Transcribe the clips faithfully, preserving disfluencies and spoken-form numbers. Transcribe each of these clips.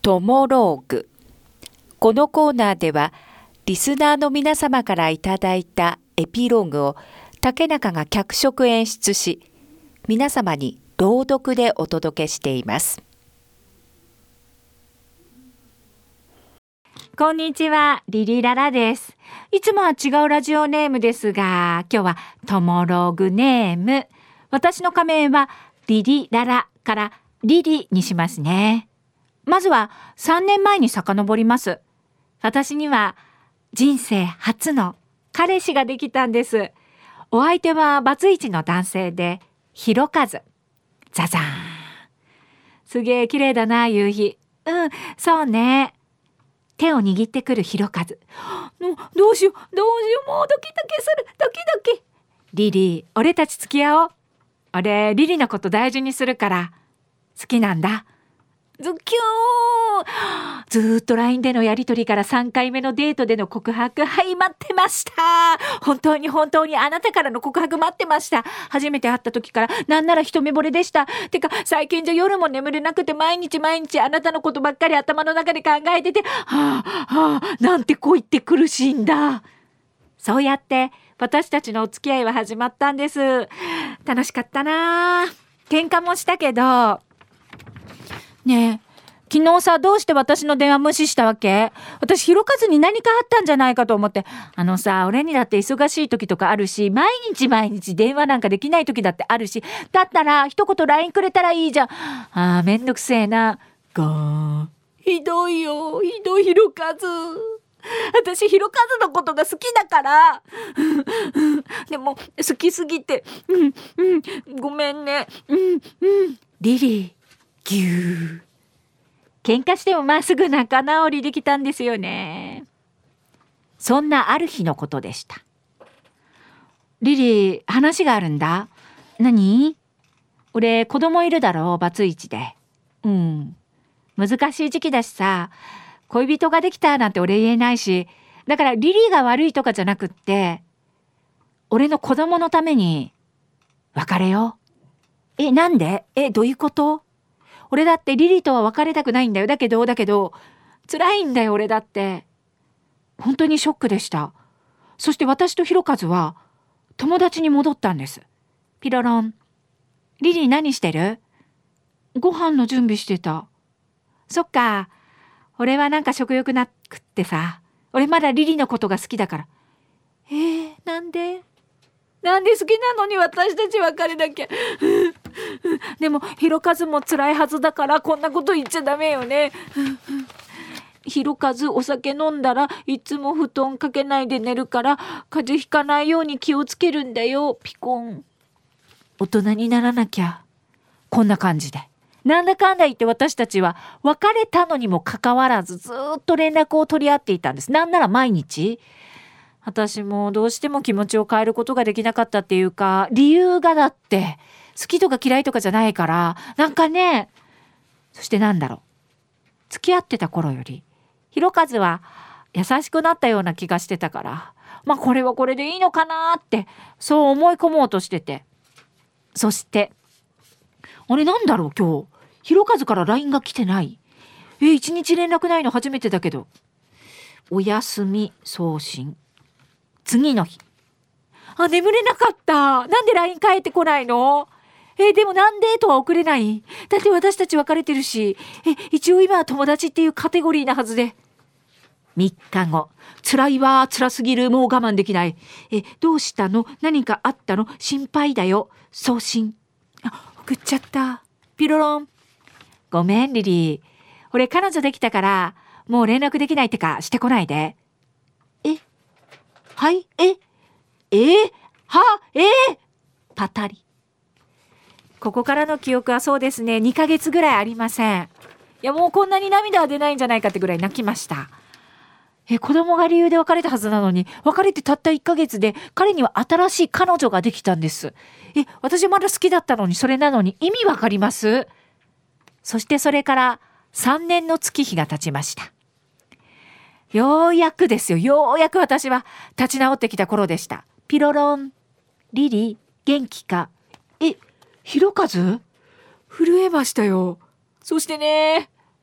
トモローグ。このコーナーではリスナーの皆様からいただいたエピローグを竹中が脚色演出し、皆様に朗読でお届けしています。 こんにちは、リリララです。いつもは違うラジオネームですが、今日はトモローグネーム。私の仮名はリリララからリリにしますね。まずはさんねんまえに遡ります。私には人生初の彼氏ができたんです。お相手はバツイチの男性で、ひろかず。ザザーン。すげえ綺麗だな、夕日。うん、そうね。手を握ってくるひろかず。どうしよう、どうしよう、もうドキドキする、ドキドキ。リリー、俺たち付き合おう。俺、リリのこと大事にするから、好きなんだ。ズキュー。ずーっと ライン でのやりとりからさんかいめのデートでの告白。はい、待ってました。本当に本当にあなたからの告白待ってました。初めて会った時からなんなら一目惚れでした。てか最近じゃ夜も眠れなくて毎日毎日あなたのことばっかり頭の中で考えてて、はあはあ、なんて恋って苦しいんだ。そうやって私たちのお付き合いは始まったんです。楽しかったな。喧嘩もしたけどねえ、昨日さ、どうして私の電話無視したわけ？私、ひろかずに何かあったんじゃないかと思って。あのさ、俺にだって忙しい時とかあるし、毎日毎日電話なんかできない時だってあるし、だったら一言 ライン くれたらいいじゃん。あー、めんどくせえな。ガーン。ひどいよ、ひどいひろかず。私、ひろかずのことが好きだから。でも、好きすぎて、うんうん、ごめんね。うんうん。リリー。ぎゅー。喧嘩してもまっすぐ仲直りできたんですよね。そんなある日のことでした。リリー、話があるんだ。何？俺子供いるだろう、バツイチで。うん、難しい時期だしさ、恋人ができたなんて俺言えないし、だからリリーが悪いとかじゃなくって、俺の子供のために別れよう。え、なんで？え、どういうこと？俺だってリリーとは別れたくないんだよ。だけど、だけど、辛いんだよ、俺だって。本当にショックでした。そして私とひろかずは、友達に戻ったんです。ピロロン。リリー何してる？ご飯の準備してた。そっか。俺はなんか食欲なくってさ。俺まだリリーのことが好きだから。えー、なんで？なんで好きなのに私たち別れなきゃ。でもひろかずも辛いはずだからこんなこと言っちゃダメよね。ひろかずお酒飲んだらいつも布団かけないで寝るから風邪ひかないように気をつけるんだよ。ピコン。大人にならなきゃ。こんな感じでなんだかんだ言って私たちは別れたのにもかかわらずずっと連絡を取り合っていたんです。なんなら毎日。私もどうしても気持ちを変えることができなかったっていうか、理由がだって好きとか嫌いとかじゃないから、なんかね。そしてなんだろう、付き合ってた頃よりひろかずは優しくなったような気がしてたから、まあこれはこれでいいのかなってそう思い込もうとしてて、そしてあれなんだろう、今日ひろかずから ライン が来てない。え、一日連絡ないの初めてだけど。おやすみ送信。次の日。あ、眠れなかった。なんで ライン 返ってこないの？え、でもなんでとは送れない。だって私たち別れてるし。え、一応今は友達っていうカテゴリーなはずで。みっかご。辛いわ、辛すぎる、もう我慢できない。え、どうしたの？何かあったの？心配だよ。送信。あ、送っちゃった。ピロロン。ごめんリリー。俺彼女できたからもう連絡できないってかしてこないで。え、はい、え、えー、は、えー、パタリ。ここからの記憶はそうですね、にかげつぐらいありません。いやもうこんなに涙は出ないんじゃないかってぐらい泣きました。え、子供が理由で別れたはずなのに、別れてたったいっかげつで彼には新しい彼女ができたんです。え、私まだ好きだったのに、それなのに意味わかります？そしてそれからさんねんの月日が経ちました。ようやくですよ、ようやく私は立ち直ってきた頃でした。ピロロン。リリ、元気か？え、ひろかず？震えましたよ。そしてね、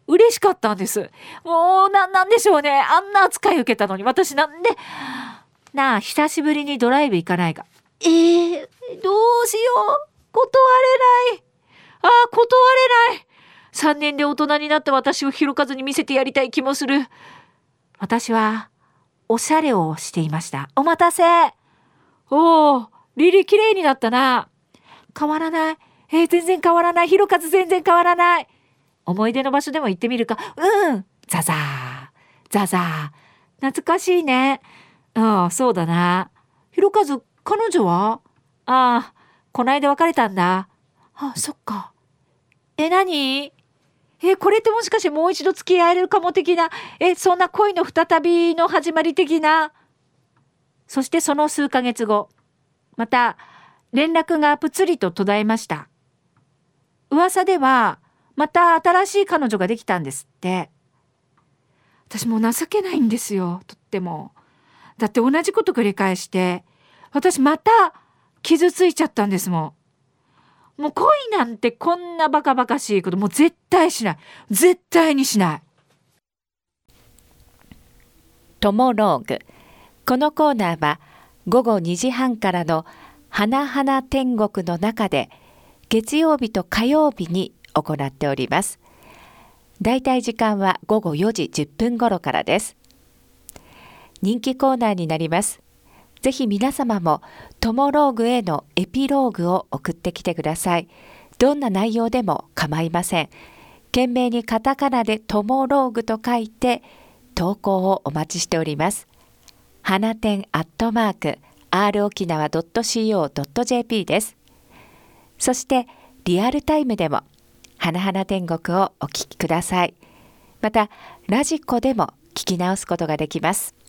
嬉しかったんです。もうな、なんでしょうね。あんな扱い受けたのに、私なんで、なあ、久しぶりにドライブ行かないか。えー、どうしよう。断れない。ああ、断れない。さんねんで大人になった私をひろかずに見せてやりたい気もする。私は、おしゃれをしていました。お待たせ。おー、リリー綺麗になったな。変わらない。えー、全然変わらない。ひろかず全然変わらない。思い出の場所でも行ってみるか。うん。ザザー。ザザー。懐かしいね。ああ、そうだな。ひろかず、彼女は？ああ、こないだ別れたんだ。あ、そっか。え、何？え、これってもしかしてもう一度付き合えるかも的な、え、そんな恋の再びの始まり的な。そしてその数ヶ月後、また連絡がぷつりと途絶えました。噂では、また新しい彼女ができたんですって。私もう情けないんですよ、とっても。だって同じこと繰り返して、私また傷ついちゃったんですもん。もう恋なんてこんなバカバカしいこともう絶対しない。絶対にしない。 トモローグ。このコーナーはごごにじはんからの花々天国の中で月曜日と火曜日に行っております。だいたい時間はごごよじじゅっぷん頃からです。人気コーナーになります。ぜひ皆様もトモローグへのエピローグを送ってきてください。どんな内容でも構いません。懸命にカタカナでトモローグと書いて投稿をお待ちしております。花天アットマーク アール 沖縄 ドット シーオー ドット ジェーピー です。そしてリアルタイムでも花々天国をお聞きください。またラジコでも聞き直すことができます。